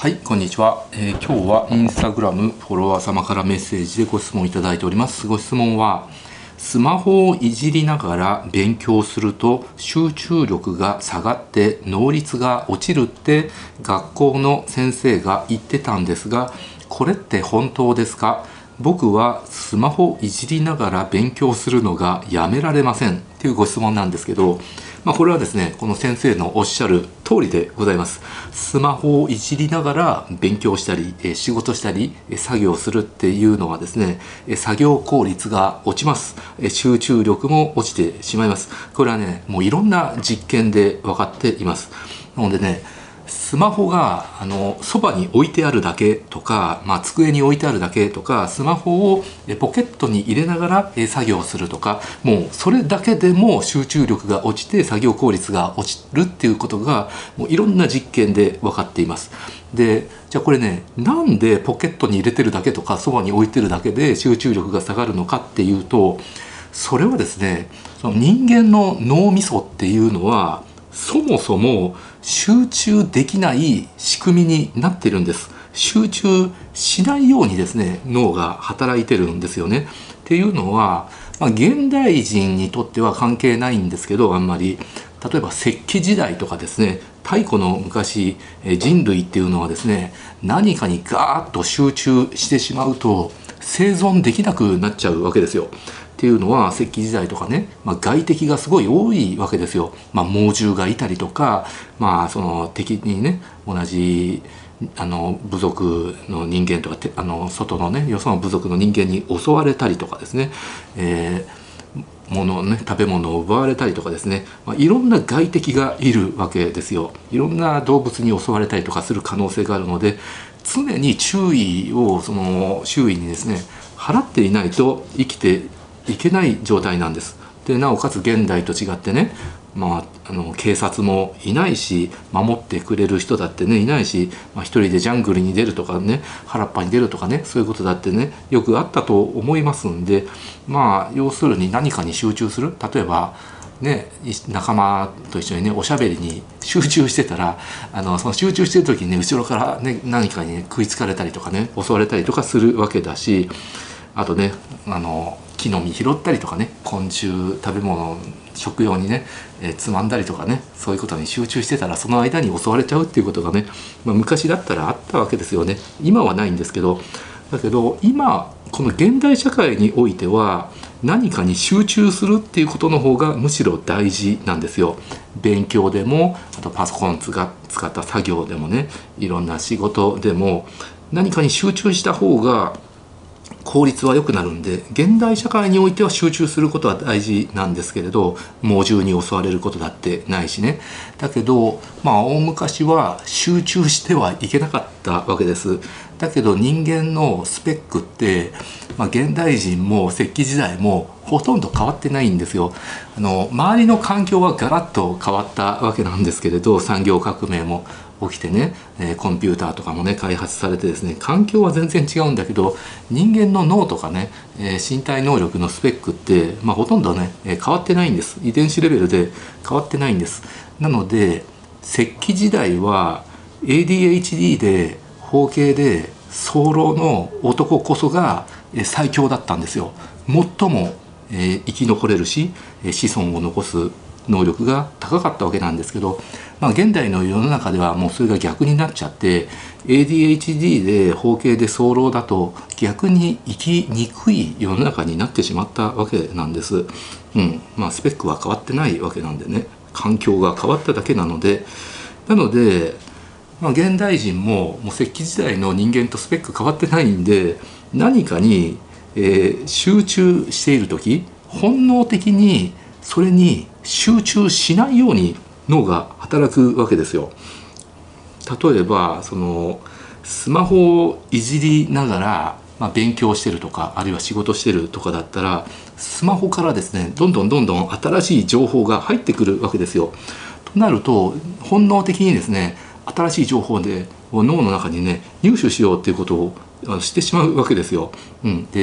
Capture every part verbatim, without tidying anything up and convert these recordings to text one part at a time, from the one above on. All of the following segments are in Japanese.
はい、こんにちは、えー、今日はインスタグラムフォロワー様からメッセージでご質問いただいております。ご質問は、スマホをいじりながら勉強すると集中力が下がって能率が落ちるって学校の先生が言ってたんですが、これって本当ですか？僕はスマホいじりながら勉強するのがやめられませんっていうご質問なんですけど、まあ、これはですね、この先生のおっしゃる通りでございます。スマホをいじりながら勉強したり仕事したり作業するっていうのはですね、作業効率が落ちます。集中力も落ちてしまいます。これはね、もういろんな実験で分かっています。なのでね、スマホがあのそばに置いてあるだけとか、まあ、机に置いてあるだけとか、スマホをポケットに入れながら作業するとか、もうそれだけでも集中力が落ちて作業効率が落ちるっていうことがもういろんな実験で分かっています。で、じゃあこれね、なんでポケットに入れてるだけとかそばに置いてるだけで集中力が下がるのかっていうと、それはですね、その人間の脳みそっていうのはそもそも集中できない仕組みになってるんです。集中しないようにですね、脳が働いてるんですよね。っていうのは、まあ、現代人にとっては関係ないんですけど、あんまり例えば石器時代とかですね、太古の昔人類っていうのはですね、何かにガーッと集中してしまうと生存できなくなっちゃうわけですよ。っていうのは石器時代とかね、まあ、外敵がすごい多いわけですよ。まあ、猛獣がいたりとか、まあ、その敵にね、同じあの部族の人間とかあの外のね、よその部族の人間に襲われたりとかですね、えー、物ね、食べ物を奪われたりとかですね、まあ、いろんな外敵がいるわけですよ。いろんな動物に襲われたりとかする可能性があるので、常に注意をその周囲にですね払っていないと生きていけない状態なんです。でなおかつ現代と違ってね、まあ、あの警察もいないし、守ってくれる人だってねいないし、まあ、一人でジャングルに出るとかね、原っぱに出るとかね、そういうことだってねよくあったと思いますんで、まあ要するに何かに集中する、例えばね、仲間と一緒にねおしゃべりに集中してたら、あのその集中してる時にね後ろから、ね、何かに、ね、食いつかれたりとかね、襲われたりとかするわけだし、あとね、あの木の実拾ったりとかね、昆虫食べ物食用にね、えー、つまんだりとかね、そういうことに集中してたらその間に襲われちゃうっていうことがね、まあ、昔だったらあったわけですよね。今はないんですけど、だけど今この現代社会においては何かに集中するっていうことの方がむしろ大事なんですよ。勉強でも、あとパソコン使った作業でもね、いろんな仕事でも何かに集中した方が効率は良くなるんで、現代社会においては集中することは大事なんですけれど、猛獣に襲われることだってないしね。だけどまあ大昔は集中してはいけなかったわけです。だけど人間のスペックって、まあ、現代人も石器時代もほとんど変わってないんですよ。あの周りの環境はガラッと変わったわけなんですけれど、産業革命も起きてね、えー、コンピューターとかもね開発されてですね、環境は全然違うんだけど、人間の脳とかね、えー、身体能力のスペックって、まあ、ほとんどね、えー、変わってないんです。遺伝子レベルで変わってないんです。なので石器時代は エーディーエイチディー で包茎で早漏の男こそが最強だったんですよ。最も、えー、生き残れるし子孫を残す能力が高かったわけなんですけど、まあ、現代の世の中ではもうそれが逆になっちゃって、 エーディーエイチディー で包茎で早漏だと逆に生きにくい世の中になってしまったわけなんです。うん、まあスペックは変わってないわけなんでね、環境が変わっただけなので、なので、まあ、現代人ももう石器時代の人間とスペック変わってないんで、何かに、えー、集中している時、本能的にそれに集中しないように脳が働くわけですよ。例えばそのスマホをいじりながら、まあ、勉強してるとか、あるいは仕事してるとかだったら、スマホからですねどんどんどんどん新しい情報が入ってくるわけですよ。となると本能的にですね、新しい情報で脳の中にね入手しようっていうことをしてしまうわけですよ。うん、で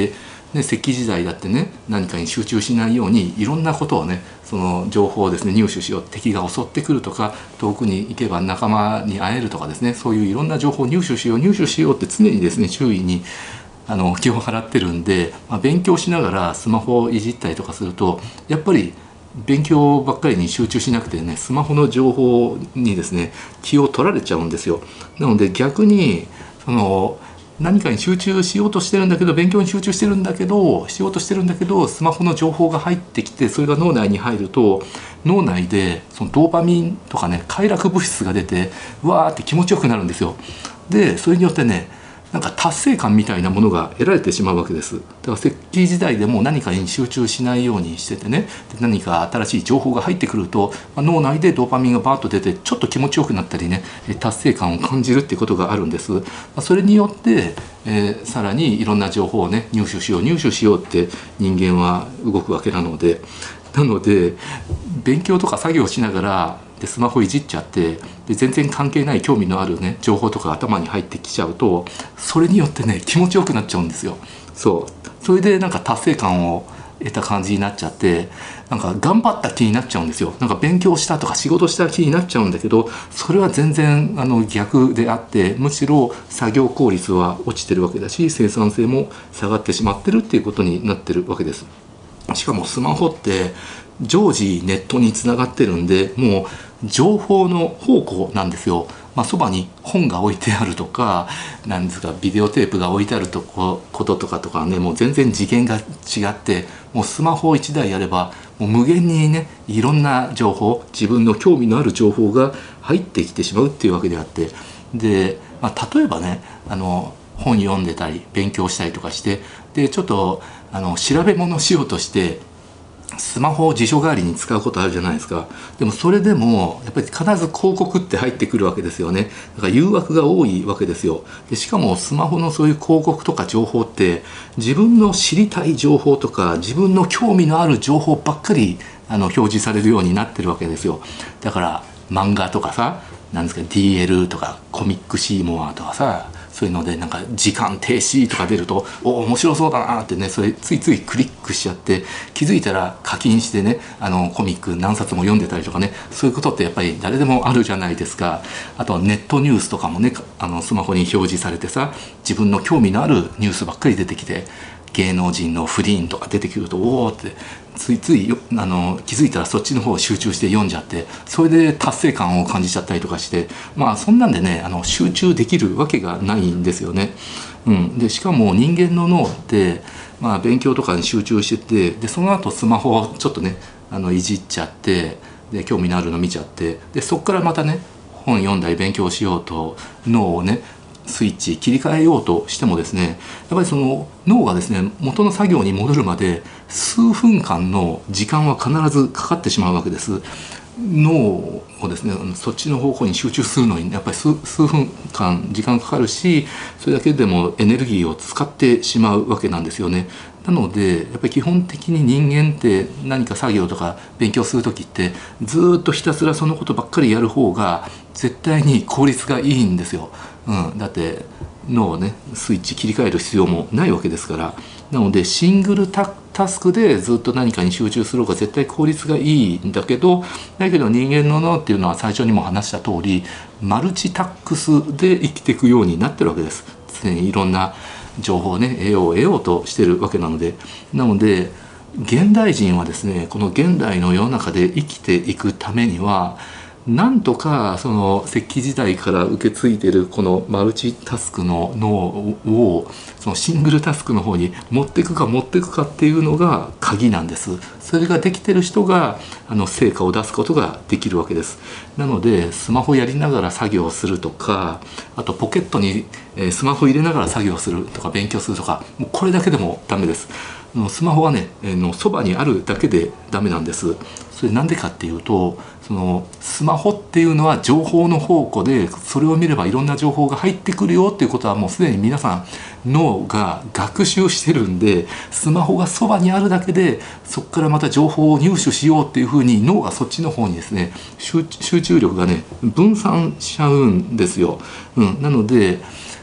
ね、石器時代だってね、何かに集中しないようにいろんなことをね、その情報をですね入手しよう、敵が襲ってくるとか、遠くに行けば仲間に会えるとかですね、そういういろんな情報を入手しよう入手しようって常にですね注意にあの気を払ってるんで、まあ、勉強しながらスマホをいじったりとかすると、やっぱり勉強ばっかりに集中しなくてね、スマホの情報にですね気を取られちゃうんですよ。なので逆にその何かに集中しようとしてるんだけど、勉強に集中してるんだけどしようとしてるんだけどスマホの情報が入ってきて、それが脳内に入ると脳内でそのドーパミンとかね快楽物質が出て、わーって気持ちよくなるんですよ。でそれによってね、なんか達成感みたいなものが得られてしまうわけです。だから石器時代でも何かに集中しないようにしててね、で何か新しい情報が入ってくると、まあ、脳内でドーパミンがバーッと出てちょっと気持ちよくなったりね、達成感を感じるっていうことがあるんです。まあ、それによって、えー、さらにいろんな情報をね入手しよう入手しようって人間は動くわけなので、なので勉強とか作業しながらでスマホいじっちゃって、で全然関係ない興味のあるね情報とか頭に入ってきちゃうと、それによってね気持ちよくなっちゃうんですよ。そうそれでなんか達成感を得た感じになっちゃって、なんか頑張った気になっちゃうんですよ。なんか勉強したとか仕事した気になっちゃうんだけど、それは全然あの逆であって、むしろ作業効率は落ちてるわけだし、生産性も下がってしまってるっていうことになってるわけです。しかもスマホって常時ネットにつながってるんで、もう情報の宝庫なんですよ。まあ、そばに本が置いてあるとか、なんですかビデオテープが置いてあるとここととかとかね、もう全然次元が違って、もうスマホいちだいあればもう無限にねいろんな情報、自分の興味のある情報が入ってきてしまうっていうわけであって、で、まあ、例えばねあの本読んでたり勉強したりとかして、でちょっとあの調べ物しようとしてスマホを辞書代わりに使うことあるじゃないですか。でもそれでもやっぱり必ず広告って入ってくるわけですよね。だから誘惑が多いわけですよ。でしかもスマホのそういう広告とか情報って自分の知りたい情報とか自分の興味のある情報ばっかりあの表示されるようになってるわけですよ。だから漫画とかさ、なんですか ディーエル とかコミックシーモアとかさ、そういうのでなんか時間停止とか出ると、お面白そうだなってね、それついついクリックしちゃって、気づいたら課金してねあのコミック何冊も読んでたりとかね、そういうことってやっぱり誰でもあるじゃないですか。あとネットニュースとかもね、あのスマホに表示されてさ、自分の興味のあるニュースばっかり出てきて、芸能人の不倫とか出てくるとおおってついついあの気づいたらそっちの方を集中して読んじゃって、それで達成感を感じちゃったりとかして、まあそんなんでねあの集中できるわけがないんですよね。うん、でしかも人間の脳って、まあ、勉強とかに集中してて、でその後スマホをちょっとねあのいじっちゃって、で興味のあるの見ちゃって、でそこからまたね本読んだり勉強しようと脳をねスイッチ切り替えようとしてもですね、やっぱりその脳がですね元の作業に戻るまで数分間の時間は必ずかかってしまうわけです。脳をですねそっちの方向に集中するのにやっぱり 数, 数分間時間かかるし、それだけでもエネルギーを使ってしまうわけなんですよね。なのでやっぱり基本的に人間って何か作業とか勉強する時ってずっとひたすらそのことばっかりやる方が絶対に効率がいいんですよ。うん、だって脳をねスイッチ切り替える必要もないわけですから。なのでシングルタタスクでずっと何かに集中する方が絶対効率がいいんだけど、だけど人間の脳っていうのは最初にも話した通りマルチタックスで生きていくようになってるわけです。常にいろんな情報をね得よう得ようとしてるわけなので、なので現代人はですねこの現代の世の中で生きていくためにはなんとかその石器時代から受け継いでるこのマルチタスクの脳をそのシングルタスクの方に持っていくか持っていくかっていうのが鍵なんです。それができてる人があの成果を出すことができるわけです。なのでスマホやりながら作業するとか、あとポケットにスマホ入れながら作業するとか勉強するとか、もうこれだけでもダメです。スマホはねのそばにあるだけでダメなんです。それなんでかっていうと、そのスマホっていうのは情報の宝庫で、それを見ればいろんな情報が入ってくるよっていうことはもうすでに皆さん脳が学習してるんで、スマホがそばにあるだけでそこからまた情報を入手しようっていうふうに脳がそっちの方にですね集中力がね分散しちゃうんですよ。うん、なので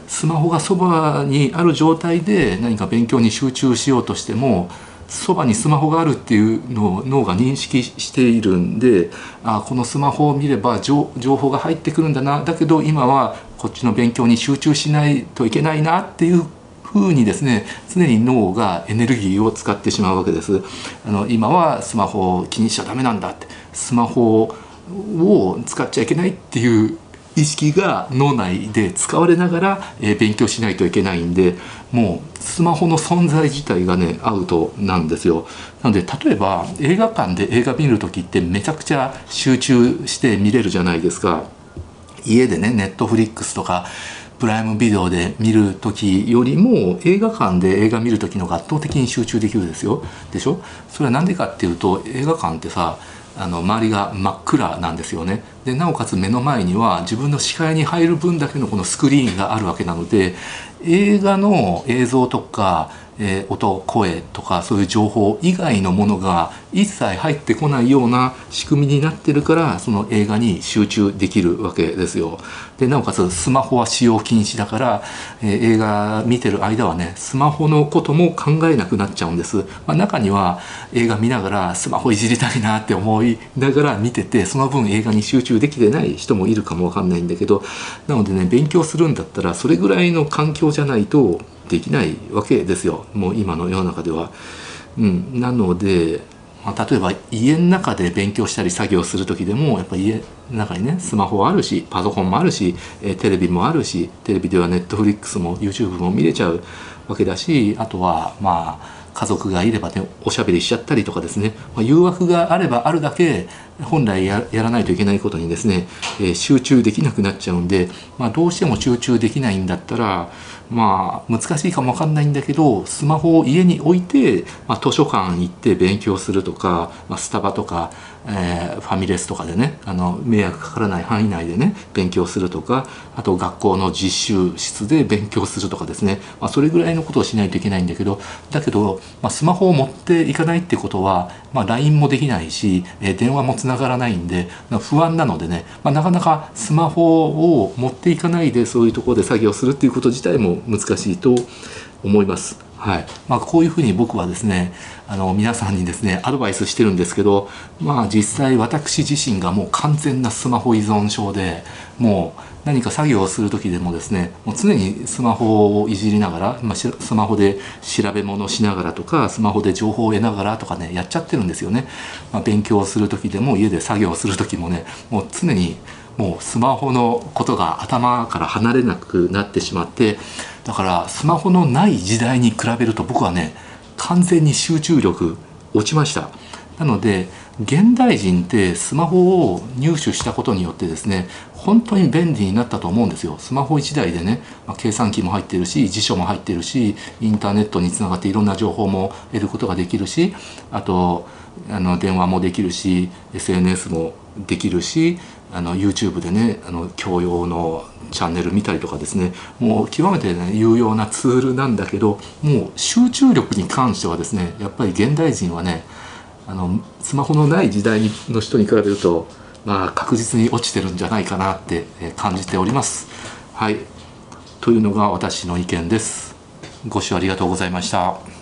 スマホがそばにある状態で何か勉強に集中しようとしても、そばにスマホがあるっていうのを脳が認識しているんで、あこのスマホを見れば情報が入ってくるんだな、だけど今はこっちの勉強に集中しないといけないなっていうふうにですね、常に脳がエネルギーを使ってしまうわけです。あの今はスマホを気にしちゃダメなんだって、スマホを使っちゃいけないっていう意識が脳内で使われながら、えー、勉強しないといけないんで、もうスマホの存在自体がねアウトなんですよ。なので例えば映画館で映画見る時ってめちゃくちゃ集中して見れるじゃないですか。家でねネットフリックスとかプライムビデオで見る時よりも映画館で映画見る時の方が圧倒的に集中できるですよ。でしょ。それは何でかっていうと、映画館ってさ、あの周りが真っ暗なんですよね。でなおかつ目の前には自分の視界に入る分だけのこのスクリーンがあるわけなので、映画の映像とか、えー、音声とかそういう情報以外のものが一切入ってこないような仕組みになってるから、その映画に集中できるわけですよ。でなおかつスマホは使用禁止だから、えー、映画見てる間はねスマホのことも考えなくなっちゃうんです。まあ、中には映画見ながらスマホいじりたいなって思いながら見てて、その分映画に集中できてない人もいるかもわかんないんだけど、なのでね勉強するんだったらそれぐらいの環境じゃないとできないわけですよ、もう今の世の中では。うん、なので、まあ、例えば家の中で勉強したり作業する時でもやっぱ家の中にねスマホあるし、パソコンもあるし、えー、テレビもあるし、テレビではネットフリックスも YouTube も見れちゃうわけだし、あとはまあ家族がいればねおしゃべりしちゃったりとかですね、まあ、誘惑があればあるだけ本来 や, やらないといけないことにですね、えー、集中できなくなっちゃうんで、まあ、どうしても集中できないんだったらまあ難しいかもわかんないんだけど、スマホを家に置いて、まあ、図書館行って勉強するとか、まあ、スタバとか、えー、ファミレスとかでね、あの迷惑かからない範囲内でね勉強するとか、あと学校の実習室で勉強するとかですね、まあ、それぐらいのことをしないといけないんだけど、だけど、まあ、スマホを持っていかないってことは、まあ、ライン もできないし、えー、電話もつながらないんで不安なのでね、まあ、なかなかスマホを持っていかないでそういうところで作業するっていうこと自体も難しいと思います。はい。まあ、こういうふうに僕はですね、あの皆さんにですねアドバイスしてるんですけど、まあ実際私自身がもう完全なスマホ依存症で、もう何か作業をする時でもですね、もう常にスマホをいじりながら、まあ、スマホで調べ物をしながらとか、スマホで情報を得ながらとかねやっちゃってるんですよね。まあ、勉強をする時でも家で作業をする時もね、もう常にもうスマホのことが頭から離れなくなってしまって、だからスマホのない時代に比べると僕はね完全に集中力落ちました。なので現代人ってスマホを入手したことによってですね本当に便利になったと思うんですよ。スマホいちだいでね、まあ、計算機も入ってるし辞書も入ってるし、インターネットにつながっていろんな情報も得ることができるし、あとあの電話もできるし エスエヌエス もできるし、あの YouTube でねあの教養のチャンネル見たりとかですね、もう極めて、ね、有用なツールなんだけど、もう集中力に関してはですねやっぱり現代人はねあのスマホのない時代の人に比べると、まあ、確実に落ちてるんじゃないかなって感じております。はい、というのが私の意見です。ご視聴ありがとうございました。